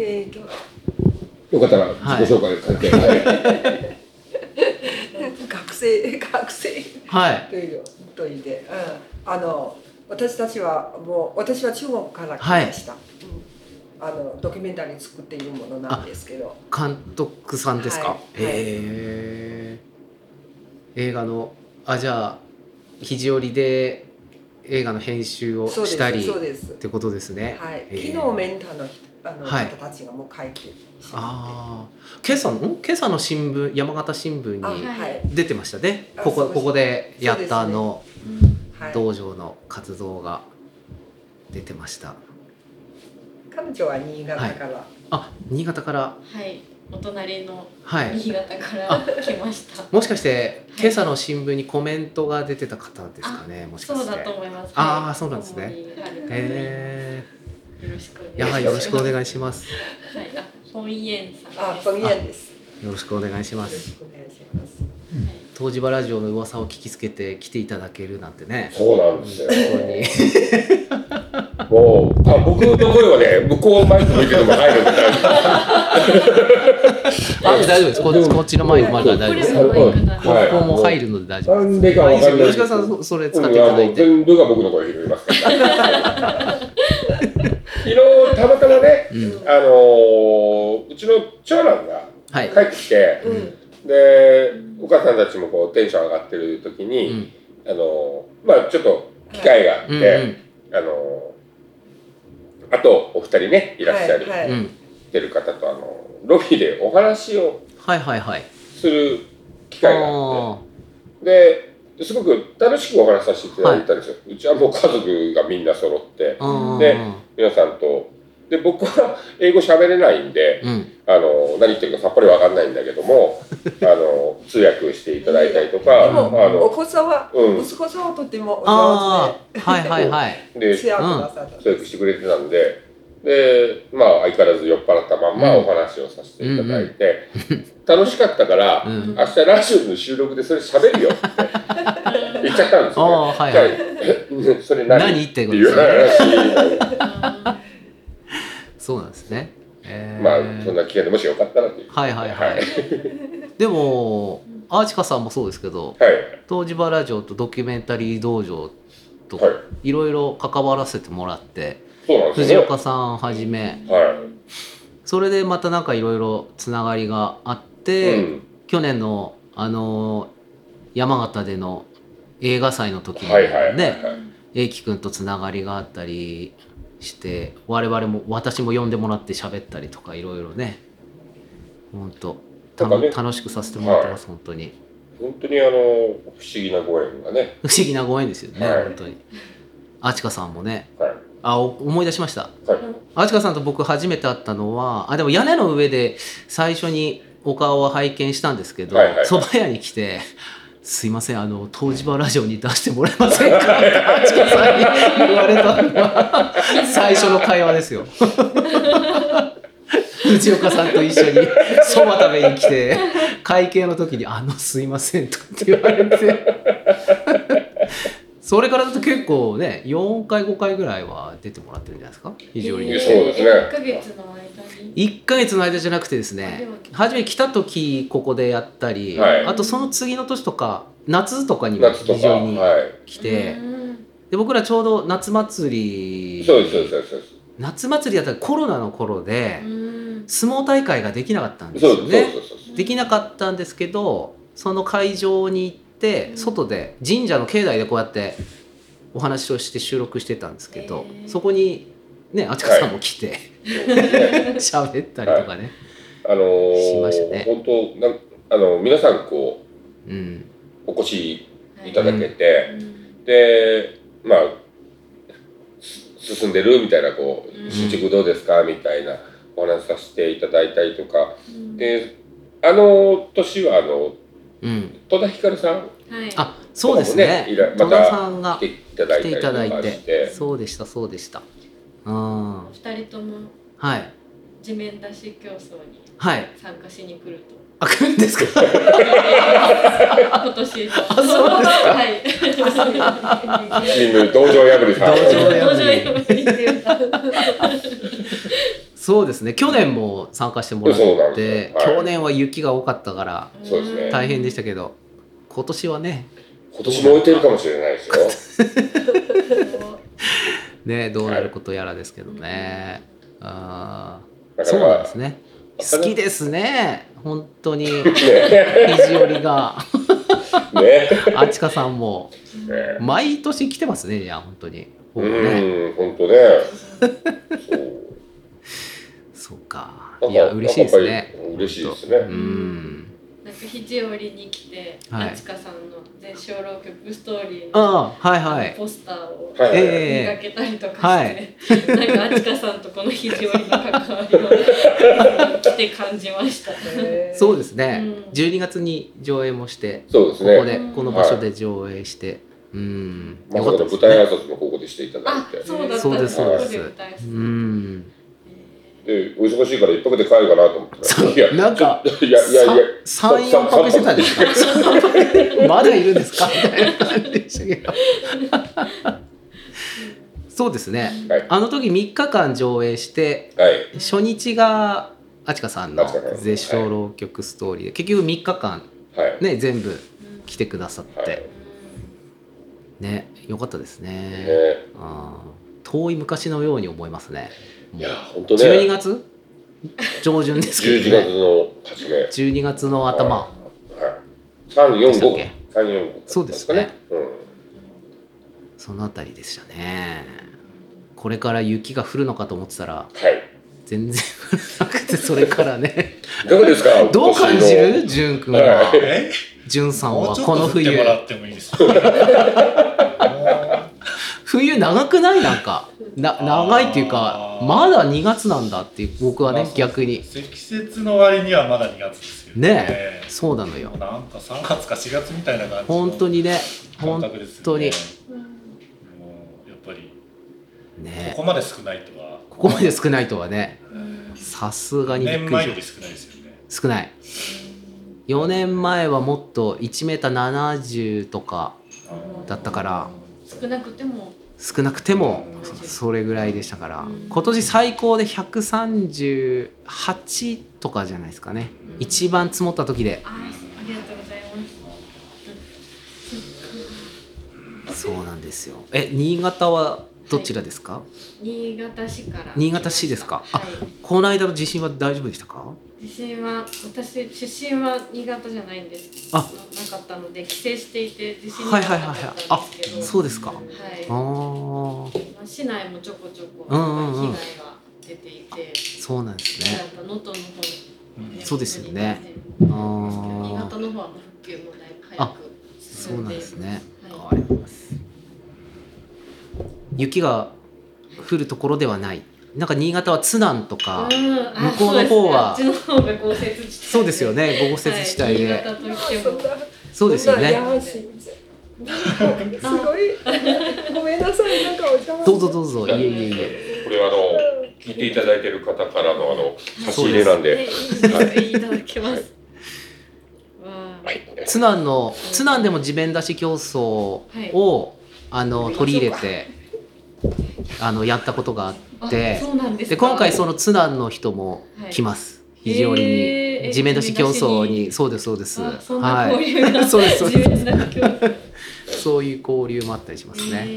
よかったら自己紹介されて。 学生はいというといて、私たちはもう私は中国から来ました。ドキュメンタリー作っているものなんですけど。 監督さんですか。映画のじゃあ肘折で映画の編集をしたりってことですね。 はい。昨日メンターの方たちがもう帰って今朝の新聞、山形新聞に出てましたね。ここでやった道場の活動が出てました。 彼女は新潟から。 新潟から。 はい。お隣の新潟から来ました。 もしかして今朝の新聞にコメントが出てた方ですかね。もしかして。 そうだと思います。 そうなんですね。 よろしくお願いします。 よろしくお願いします。 はい。フォンイエンさんです。 フォンイエンです。 よろしくお願いします。東芝ラジオの噂を聞きつけて来ていただけるなんてね。 そうなんですよ。もう僕の声はね、向こうマイク向いてるのも入るんで大丈夫です。こっちのマイクまでは大丈夫です。ここも入るので大丈夫です。 なんでかわかんない。 吉川さんそれ使っていただいて。 全部が僕の声拾いますから。昨日たまたまね、うちの長男が帰ってきて、でお母さんたちもこうテンション上がってる時に、ちょっと機会があって。あとお二人ねいらっしゃるてる方とロビーでお話をする機会があってですごく楽しくお話しさせていただいたんですよ。うちはもう家族がみんな揃ってで皆さんとで僕は英語喋れないんで、何言ってるかさっぱりわかんないんだけども通訳していただいたりとかお子さんは息子さんはとてもお上手で通訳してくれてたんで相変わらず酔っ払ったまんまお話をさせていただいて楽しかったから明日ラジオの収録でそれ喋るよって言っちゃったんですよね。それ何っていう話。 そうなんですね。 そんな機会でもしよかったらという。 でもアーチカさんもそうですけど、東芝ラジオとドキュメンタリー道場といろいろ関わらせてもらって、藤岡さんはじめ、それでまたなんかいろいろつながりがあって、去年の山形での映画祭の時にね、英樹くんとつながりがあったりして私も呼んでもらって喋ったりとかいろいろね本当楽しくさせてもらってます。本当に不思議なご縁がね不思議なご縁ですよね、本当に。あちかさんもね、思い出しました、あちかさんと僕初めて会ったのはでも屋根の上で最初にお顔を拝見したんですけど、蕎麦屋に来てすいません東芝ラジオに出してもらえませんかってあちかさんに言われたのが最初の会話ですよ。藤岡さんと一緒にそば食べに来て会計の時にすいませんとかって言われてそれからだと結構ね4回5回ぐらいは出てもらってるんじゃないですか。非常にそうですね。 1ヶ月の間に 1ヶ月の間じゃなくてですね、初め来た時ここでやったり、あとその次の年とか夏とかにも非常に来て、で僕らちょうど夏祭り夏祭りだったらコロナの頃で相撲大会ができなかったんですよね。できなかったんですけどその会場に行って外で神社の境内でこうやってお話をして収録してたんですけど、そこにねあちかさんも来て喋ったりとかねしましたね。 本当皆さんこう、お越しいただけて、で進んでるみたいな進捗どうですかみたいなお話させていただいたりとか、で年は戸田ひかるさん、 そうですね、 また来ていただいたりとかして、 そうでした 2人とも地面出し競争に参加しに来ると。 来るんですか。 今年。 そうですか。 チーム道場破りさん。 道場破りっていうか。 そうですね。去年も参加してもらって、去年は雪が多かったから大変でしたけど、 今年はね今年燃えてるかもしれないですよね、どうなることやらですけどね、はい、そうなんですね。好きですね本当に肘折がね、あちかさんも毎年来てますね。いや本当に本当ねそうか、いや嬉しいですね。 嬉しいですね。 なんか肘折に来て、あちかさんの全小浪曲ストーリーのポスターを見かけたりとかして、なんかあちかさんとこの肘折の関わりを来て感じました。 そうですね。12月に上映もして、 そうですね。 ここでこの場所で上映して、 まさかの舞台挨拶もここでしていただいて、 そうです。 お忙しいから一泊で帰るかなと思ってた。 なんか3、4泊してたんですかまだいるんですかみたいな感じでしたけどそうですね、あの時3日間上映して、初日があちかさんの絶唱浪曲ストーリーで、結局3日間ね、全部来てくださってね、よかったですね。遠い昔のように思いますね。 いや本当ね。 12月上旬ですけどね。 12月の初め。 12月の頭。 3、4、5。 そうですね。そのあたりでしたね。これから雪が降るのかと思ってたら、全然降らなくて、それからね。 いかがですか。 どう感じる？じゅんくんは。じゅんさんはこの冬。冬長くない？なんか長いっていうか、まだ2月なんだっていう、僕はね、逆に積雪の割にはまだ2月ですよね。そうなのよ。 なんか3月か4月みたいな感じ本当にね、本当にやっぱりね、 ここまで少ないとは、 ここまで少ないとはね、さすがにびっくり。 4年前より少ないですよね。 少ない。4年前はもっと1メーター70とかだったから、 少なくてもそれぐらいでしたから、今年最高で138とかじゃないですかね、一番積もった時で。 ありがとうございます。そうなんですよ。新潟はどちらですか？ 新潟市から。 新潟市ですか？この間の地震は大丈夫でしたか？ 地震は、私出身は新潟じゃないんです。なかったので帰省していて地震になかったんですけど。 そうですか。 市内もちょこちょこ被害が出ていて。 そうなんですね。 能登の方。 そうですよね。 新潟の方は復旧もだいぶ早く進んでいる。 そうなんですね。ありがとうございます。雪が降るところではない。なんか新潟は津南とか向こうの方はそうですよね、豪雪地帯で。そうですよね。 すごいごめんなさい、なんかお邪魔。 どうぞ。いえ。 これは聞いていただいている方からの差し入れなんで。 いただきます。 津南でも地面出し競争を取り入れてやったことがあって、で今回その津南の人も来ます。肘折に地面出し競争に。そうです。 そんな交流が。 そうです。そういう交流もあったりしますね。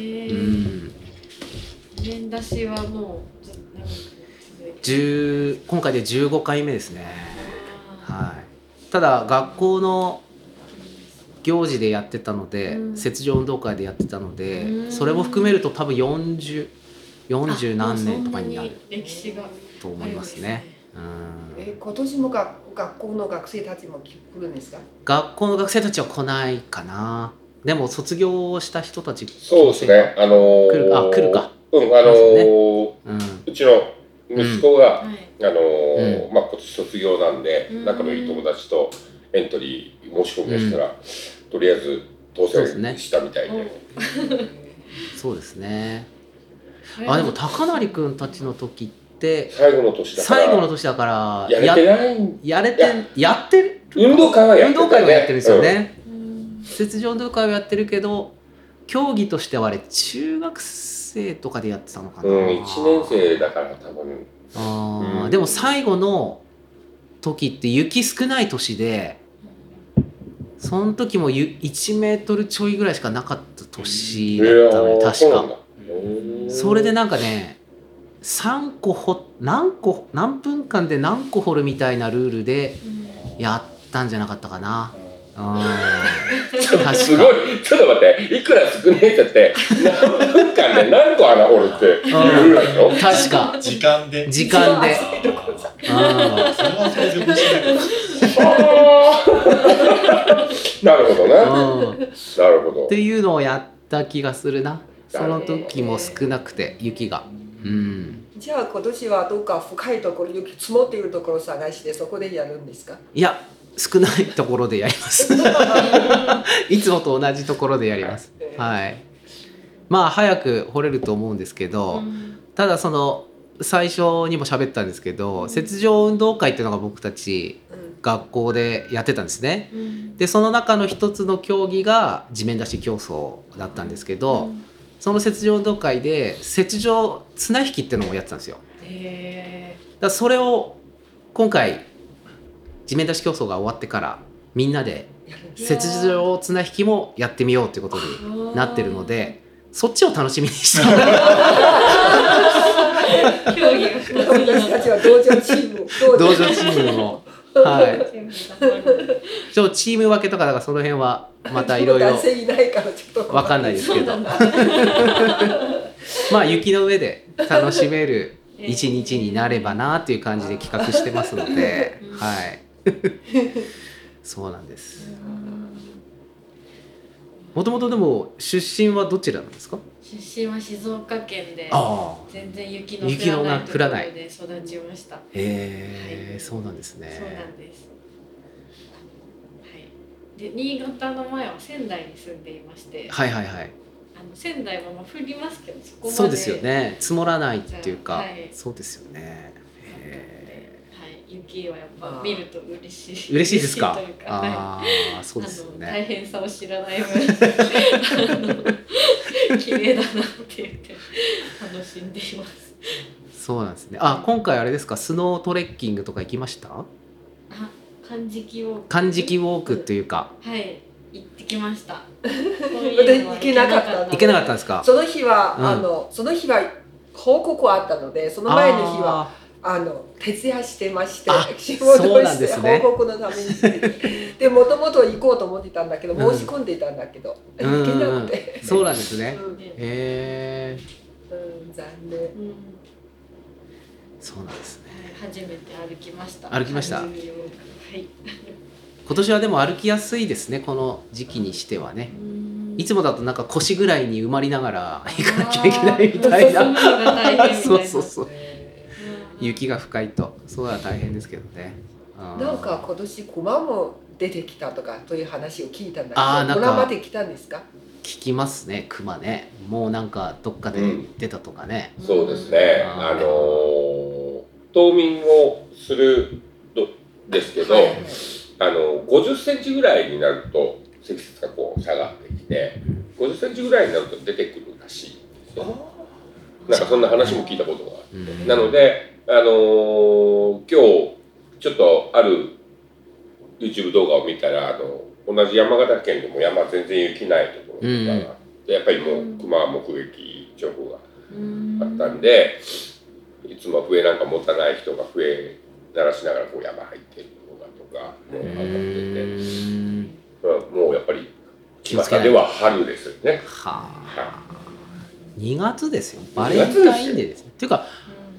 地面出しはもう今回で15回目ですね。ただ学校の行事でやってたので、雪上運動会でやってたので、それも含めると多分40何年とかになると思いますね。 今年も学校の学生たちも来るんですか？ 学校の学生たちは来ないかな。でも卒業した人たち、 そうですね。 来るか。 うちの息子が今年卒業なんで、仲のいい友達とエントリー申し込みをしたら、とりあえず当選したみたいで。 そうですね。でも高成くんたちの時って最後の年だからやってる。 運動会はやってるんですよね。雪上運動会はやってるけど、競技としてはあれ中学生とかでやってたのかな。 1年生だから多分。 でも最後の時って雪少ない年で、 その時も1メートルちょいぐらいしかなかった年だったので、確か。それでなんかね、何分間で何個掘るみたいなルールでやったんじゃなかったかな。 すごい、ちょっと待って、いくら少ねえってって何分間で何個穴掘るっていうルールなの？ 確か時間でそれは想像しないなるほどな、なるほどっていうのをやった気がするな。その時も少なくて雪が、 じゃあ今年はどうか深いところ、雪積もっているところを探してそこでやるんですか？ いや、少ないところでやりますいつもと同じところでやります、はい。まあ早く掘れると思うんですけど、ただその最初にも喋ったんですけど、雪上運動会っていうのが僕たち学校でやってたんですね、でその中の一つの競技が地面出し競争だったんですけど、その雪上運動会で雪上綱引きっていうのもやってたんですよ。だからそれを今回地面出し競争が終わってからみんなで雪上綱引きもやってみようということになってるので、そっちを楽しみにして競技が2つに私たちは同情チーム同情チームもはいチーム分けとかだからその辺はまたいろいろ分かんないですけどまあ雪の上で楽しめる一日になればなっていう感じで企画してますので、はいそうなんです。もともとでも出身はどちらなんですか？ 出身は静岡県で、全然雪の降らないところで育ちました。 そうなんですね。 そうなんです。はい。で、新潟の前は仙台に住んでいまして、仙台も降りますけど、そこまでそうですよね。積もらないっていうか、そうですよね。 雪はやっぱ見ると嬉しい。 嬉しいですか？ そうですよね。大変さを知らない分綺麗だなって言って楽しんでいます。 そうなんですね。今回あれですか、スノートレッキングとか行きました？ 漢字記ウォーク。 漢字記ウォークっていうか。 はい、行ってきました。 行けなかった。 行けなかったんですか？ その日は報告はあったので、その前の日は徹夜してまして、仕事をして報告のためにでもともと行こうと思ってたんだけど、申し込んでいたんだけど行けなくて、 そうなんですね。 残念。 そうなんですね。 初めて歩きました。 歩きました。 はい。 今年はでも歩きやすいですね、この時期にしてはね。いつもだとなんか腰ぐらいに埋まりながら行かなきゃいけないみたいな。そう雪が深いとそうは大変ですけどね。 なんか今年熊も出てきたとかという話を聞いたんだけど、熊まで来たんですか？ 聞きますね、熊ね。もうなんかどっかで出たとかね。 そうですね。冬眠をするですけど、50センチぐらいになると積雪がこう下がってきて、50センチぐらいになると出てくるらしいんですよ。なんかそんな話も聞いたことがあって、なので今日ちょっとある YouTube 動画を見たら同じ山形県でも山全然雪ないところとかがあって、やっぱりもう熊目撃情報があったんで、いつも笛なんか持たない人が笛鳴らしながらこう山入ってる動画とかも上がってて、もうやっぱり巷では春ですよね。 2月ですよ。バレンタインデーですね。っていうか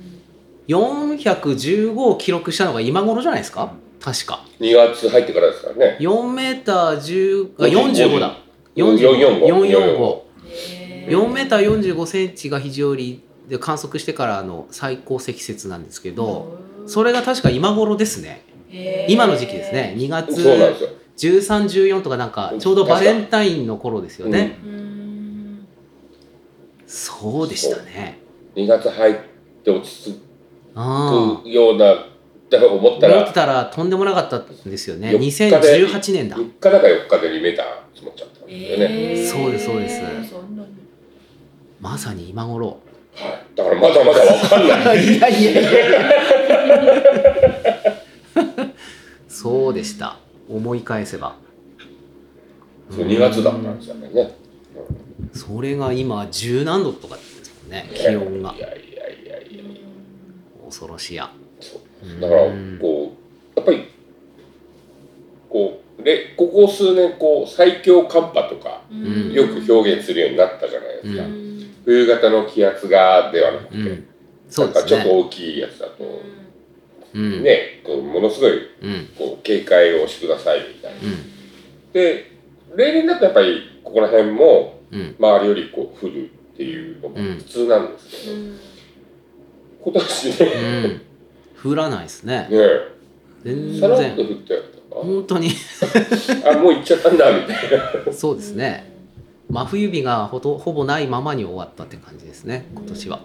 415を記録したのが今頃じゃないですか？確か。 2月入ってからですからね。 4メーター10、45だ。 445。 4メーター45センチが非常にで観測してからの最高積雪なんですけど、それが確か今頃ですね。今の時期ですね。2月13、14とかなんかちょうどバレンタインの頃ですよね。そうでしたね。 2月入って落ち着くようなって思ったらとんでもなかったんですよね。2018年だ。 3日だか4日で2メーター積もっちゃったんですよね。 そうですそうです。まさに今頃。 だからまだまだわかんない。 いやそうでした。思い返せば。 そう2月だったんですよね。 それが今10何度とかですもんね、気温が。 いや恐ろしいや。 だからこうやっぱりここ数年最強寒波とかよく表現するようになったじゃないですか。冬型の気圧がではなくて、なんかちょっと大きいやつだとね、ものすごい警戒をしてくださいみたいな。で例年だとやっぱりここら辺も周りより降るっていうのも普通なんですけど、今年ね降らないですね。全然さらっと降ったよ。 本当にもう行っちゃったんだみたいな。 そうですね。真冬日がほぼないままに終わったって感じですね、今年は。 も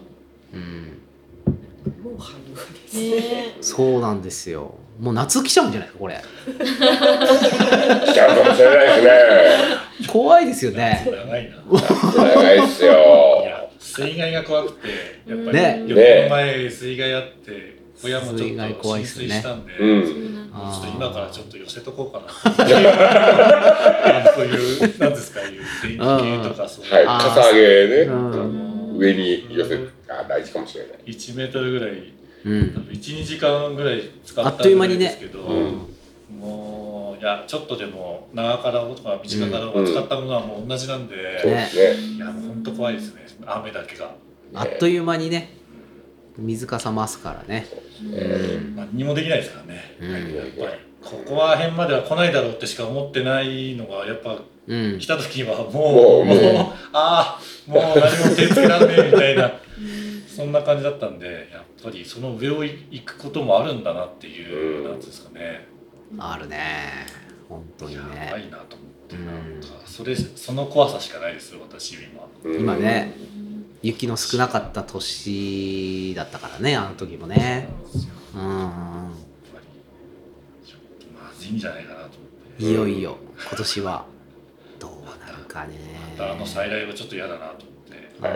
う春ですね。 そうなんですよ。もう夏来ちゃうんじゃないですかこれ。 来ちゃうかもしれないですね。 怖いですよね。 長いな。 長いですよ。 いや、水害が怖くて、やっぱりね 4年前水害あって、親もちょっと浸水したんで、ちょっと今からちょっと寄せとこうかな。そういうなんですか、いう電気系とかそういう。 かさ上げね、上に寄せる大事かもしれない。 1メートルぐらい、1、2時間ぐらい使ったんですけど、もういやちょっとでも長からとか短からを使ったものはもう同じなんで、いやもう本当怖いですね。雨だけが。 あっという間にね、水かさますからね。 何にもできないですからね。やっぱりここら辺までは来ないだろうってしか思ってないのがやっぱ来た時はもうもう何も手つけらんねえみたいなそんな感じだったんで、やっぱりその上を行くこともあるんだなっていうなんですかね。 あるね。本当にね。 やばいなと思って、なんかその怖さしかないです私今ね。雪の少なかった年だったからね、あの時もね。 まずいんじゃないかなと思って。 いよいよ今年はどうなるかね。 また再来はちょっと嫌だなと思って。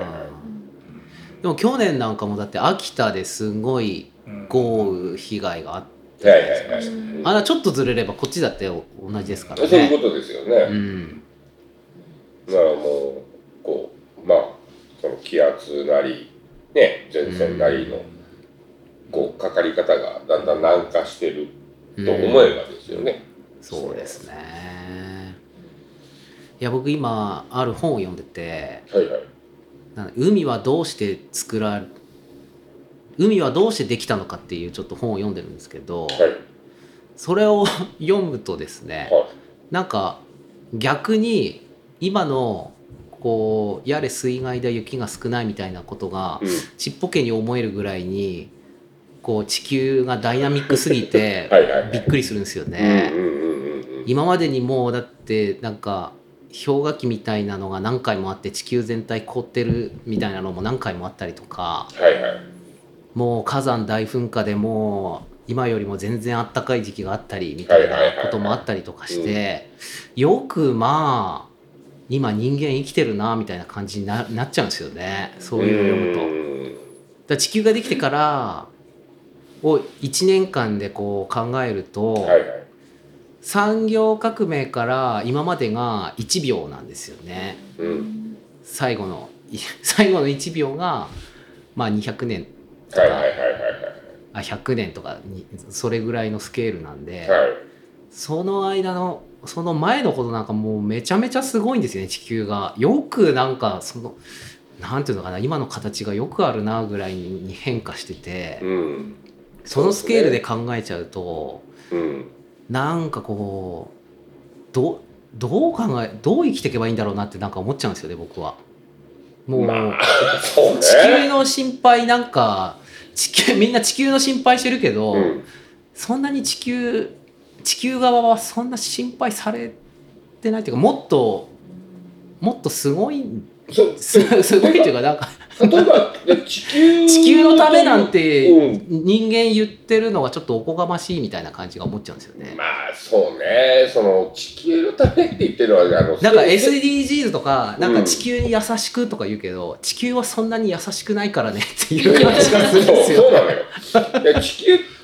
でも去年なんかもだって秋田ですごい豪雨被害があって、ちょっとずれればこっちだって同じですからね。 そういうことですよね。だからもうその気圧なりね、前線なりのかかり方がだんだん軟化してると思えばですよね。 そうですね。いや僕今ある本を読んでて、海はどうしてできたのかっていうちょっと本を読んでるんですけど、それを読むとですね、なんか逆に今のやれ水害で雪が少ないみたいなことがちっぽけに思えるぐらいに地球がダイナミックすぎてびっくりするんですよね。今までにもうだってなんか氷河期みたいなのが何回もあって地球全体凍ってるみたいなのも何回もあったりとか、もう火山大噴火でもう今よりも全然あったかい時期があったりみたいなこともあったりとかして、よく今人間生きてるなみたいな感じに なっちゃうんですよね、そういうのを読むと。地球ができてからを1年間で考えると、産業革命から今までが1秒なんですよね。最後の1秒が200年とか100年とかそれぐらいのスケールなんで、その間のその前のことなんかもうめちゃめちゃすごいんですよね、地球が。よくなんかなんていうのかな、今の形がよくあるなぐらいに変化してて、そのスケールで考えちゃうと、なんかどう生きていけばいいんだろうなってなんか思っちゃうんですよね、僕は。もう、地球の心配なんかみんな地球の心配してるけど、そんなに地球側はそんな心配されてないっていうか、もっとすごいすごいっていうか、なんか例えば地球のためなんて人間言ってるのがちょっとおこがましいみたいな感じが思っちゃうんですよね。 そうね、その地球のためって言ってるのはなんか SDGs とかなんか地球に優しくとか言うけど、地球はそんなに優しくないからねっていう感じがするんですよ。 そうなのよ。地球って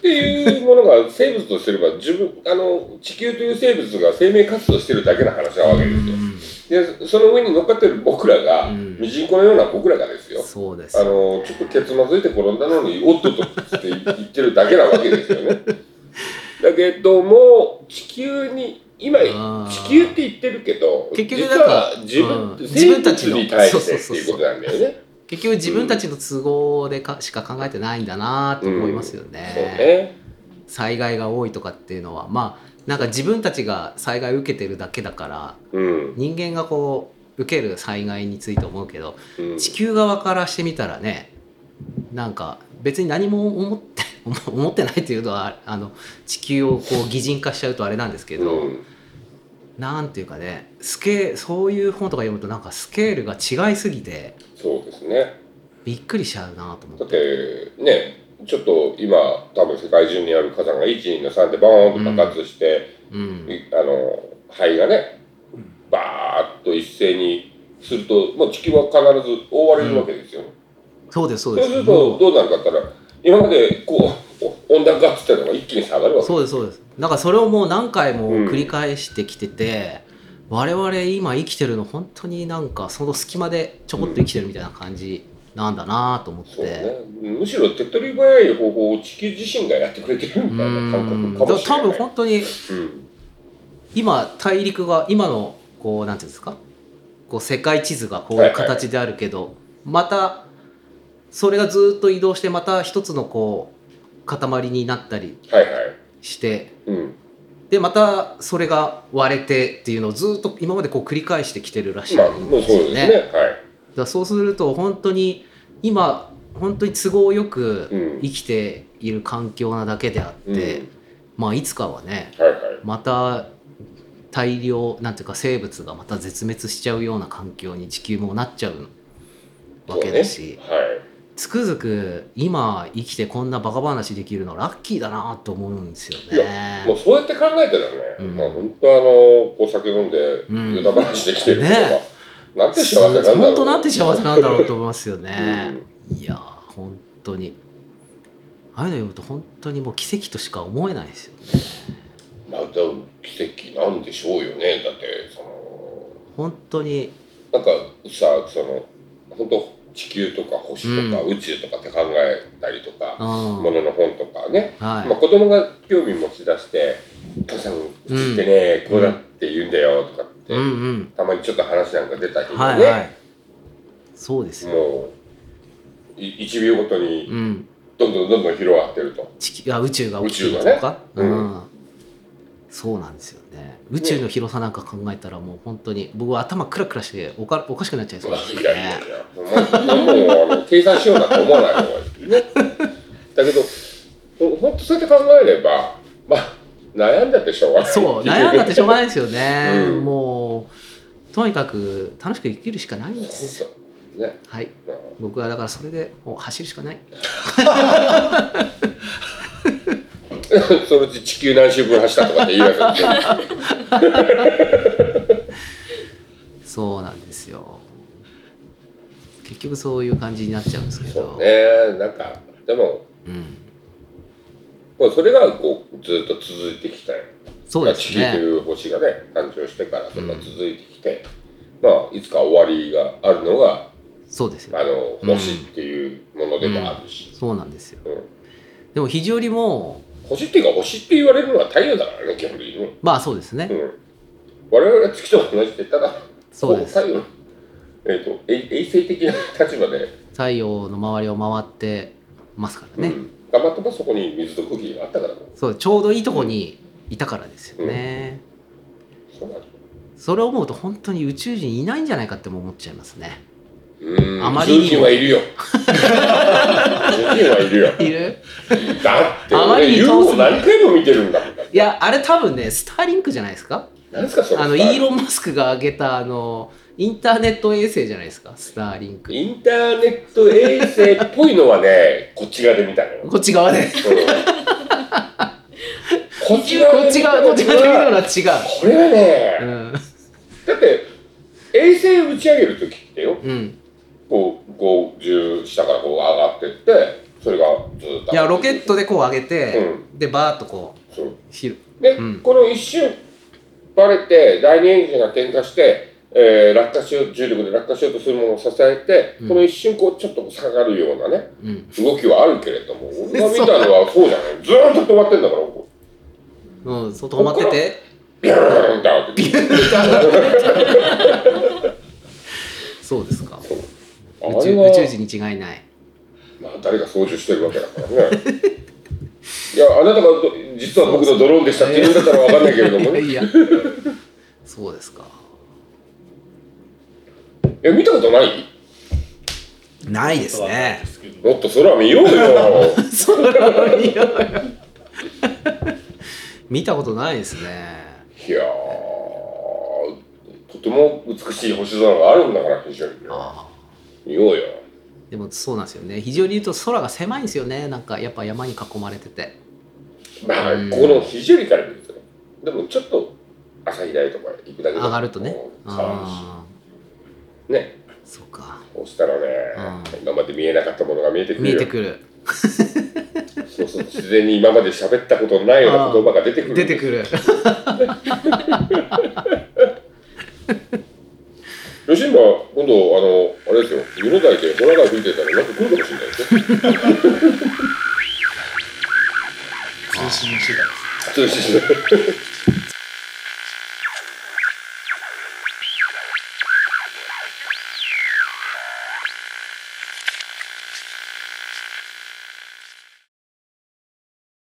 っていうものが生物とすれば地球という生物が生命活動してるだけの話なわけですよ。でその上に乗っかってる僕らが、ミジンコのような僕らがですよ、 そうですちょっとケツまずいて転んだのにおっとっとって言ってるだけなわけですよね。だけども地球に今地球って言ってるけど結局実は自分たちに対してっていうことなんだよね。 結局自分たちの都合でしか考えてないんだなと思いますよね。 そうね。 災害が多いとかっていうのはまあなんか自分たちが災害を受けてるだけだから、人間がこう受ける災害について思うけど、地球側からしてみたらね、なんか別に何も思ってないっていうのは地球をこう擬人化しちゃうとあれなんですけど、なんていうかね、そういう本とか読むとなんかスケールが違いすぎて、 そうですね、 びっくりしちゃうなと思って。 だってね、ちょっと今多分世界中にある火山が1、2の3でバーンと爆発して、灰がねバーッと一斉にすると、もう地球は必ず覆われるわけですよね。 そうですそうです。 そうするとどうなるかって言ったら、今までこう温暖化って言ったのが一気に下がるわけです。 そうですそうです。なんかそれをもう何回も繰り返してきてて、我々今生きてるの本当になんかその隙間でちょこっと生きてるみたいな感じなんだなと思って、 そうね、むしろ手っ取り早い方法を地球自身がやってくれてるみたいな感覚かもしれない。 多分本当に、今大陸が今のこうなんていうんですか、こう世界地図がこういう形であるけど、またそれがずっと移動してまた一つのこう塊になったりして、でまたそれが割れてっていうのをずっと今までこう繰り返してきてるらしいんですよね。だそうすると本当に今本当に都合よく生きている環境なだけであって、まあいつかはね、また大量なんていうか生物がまた絶滅しちゃうような環境に地球もなっちゃうわけだし、つくづく今生きてこんなバカ話できるのラッキーだなと思うんですよね。 いやもうそうやって考えたらね、本当お酒飲んで無駄話できてる人は、なんて幸せなんだろう。 本当なんて幸せなんだろうと思いますよね。いや本当にああいうの読むと本当にもう奇跡としか思えないですよね。 まあ奇跡なんでしょうよね。だって本当になんかさ、本当地球とか星とか宇宙とかって考えたりとか、ものの本とかね、まあ、子供が興味持ち出して「父さん宇宙ってね、こうだって言うんだよ」とかって、たまにちょっと話なんか出たりね、 そうですよ。 もう1秒ごとにどんどん広がってると、 宇宙が大きいとか、そうなんですよね。宇宙の広さなんか考えたらもう本当に僕は頭クラクラしておかしくなっちゃいそうですね。 もう計算しようなんて思わない方がいいね。だけど本当そうやって考えれば、まあ悩んだってしょうがない。 そう悩んだってしょうがないですよね。もうとにかく楽しく生きるしかないんですよ。はい。僕はだからそれでもう走るしかない。 そのうち地球何周分走ったとかって言い出すんですそうなんですよ。結局そういう感じになっちゃうんですけど。 そうね、なんかでも、それがこうずっと続いてきたよ。そうですね。地球という星がね誕生してからそれが続いてきて、まあいつか終わりがあるのがそうですよ。 星っていうものでもあるし。 そうなんですよ。でも非常にもう星っていうか星って言われるのは太陽だからね、基本的にね。まあそうですね。 我々が月と同じで、ただそうです。 太陽、衛生的な立場で太陽の周りを回ってますからね。 たまたまそこに水と空気があったから。 そう、ちょうどいいとこにいたからですよね。それを思うと本当に宇宙人いないんじゃないかっても思っちゃいますね。 あまりにも宇宙人はいるよ。宇宙人はいるよ。 いる？ だって俺 UFO 何回も見てるんだもん。 いやあれ多分ねスターリンクじゃないですか。 何ですかそれ。 イーロン・マスクが挙げたインターネット衛星じゃないですか、スターリンク。 インターネット衛星っぽいのはね、こっち側で見たのよ。 こっち側で。 こっち側で見たのは違う。 これはね、だって衛星打ち上げる時ってよ、こう10下からこう上がってって、それがずっと。 いやロケケットでこう上げて、でバーッとこうで、この一瞬バレて第二エンジンが点火して、落下しよう重力で落下しようとするものを支えて、この一瞬こうちょっと下がるようなね、動きはあるけれども、俺が見たのはそうじゃない。ずーっと止まってんだから。 そう止まっててビューンって上げて。 そうですか。宇宙人に違いない。 まあ誰が操縦してるわけだからね。いや、あなたが実は僕のドローンでしたって言うんだったらわかんないけれどもね。 いや、そうですか。 見たことない？ ないですね。 もっと空見ようよ。 空見ようよ。見たことないですね。 いやー、とても美しい星空があるんだから、非常に。見ようよ。 でもそうなんですよね。非常に言うと空が狭いんですよね。なんかやっぱ山に囲まれてて。 まあ、この肘折から見るとね。でもちょっと朝日台とか行くだけで上がるとね。 ね。 そうか。 そしたらね、今まで見えなかったものが見えてくるよ。 見えてくる。 そうすると自然に今まで喋ったことのないような言葉が出てくる。 出てくる。 吉村、今度あれですよ、湯の台でホラ貝吹いてたらなんか来るかもしれないですよ。 通信次第。 通信次第。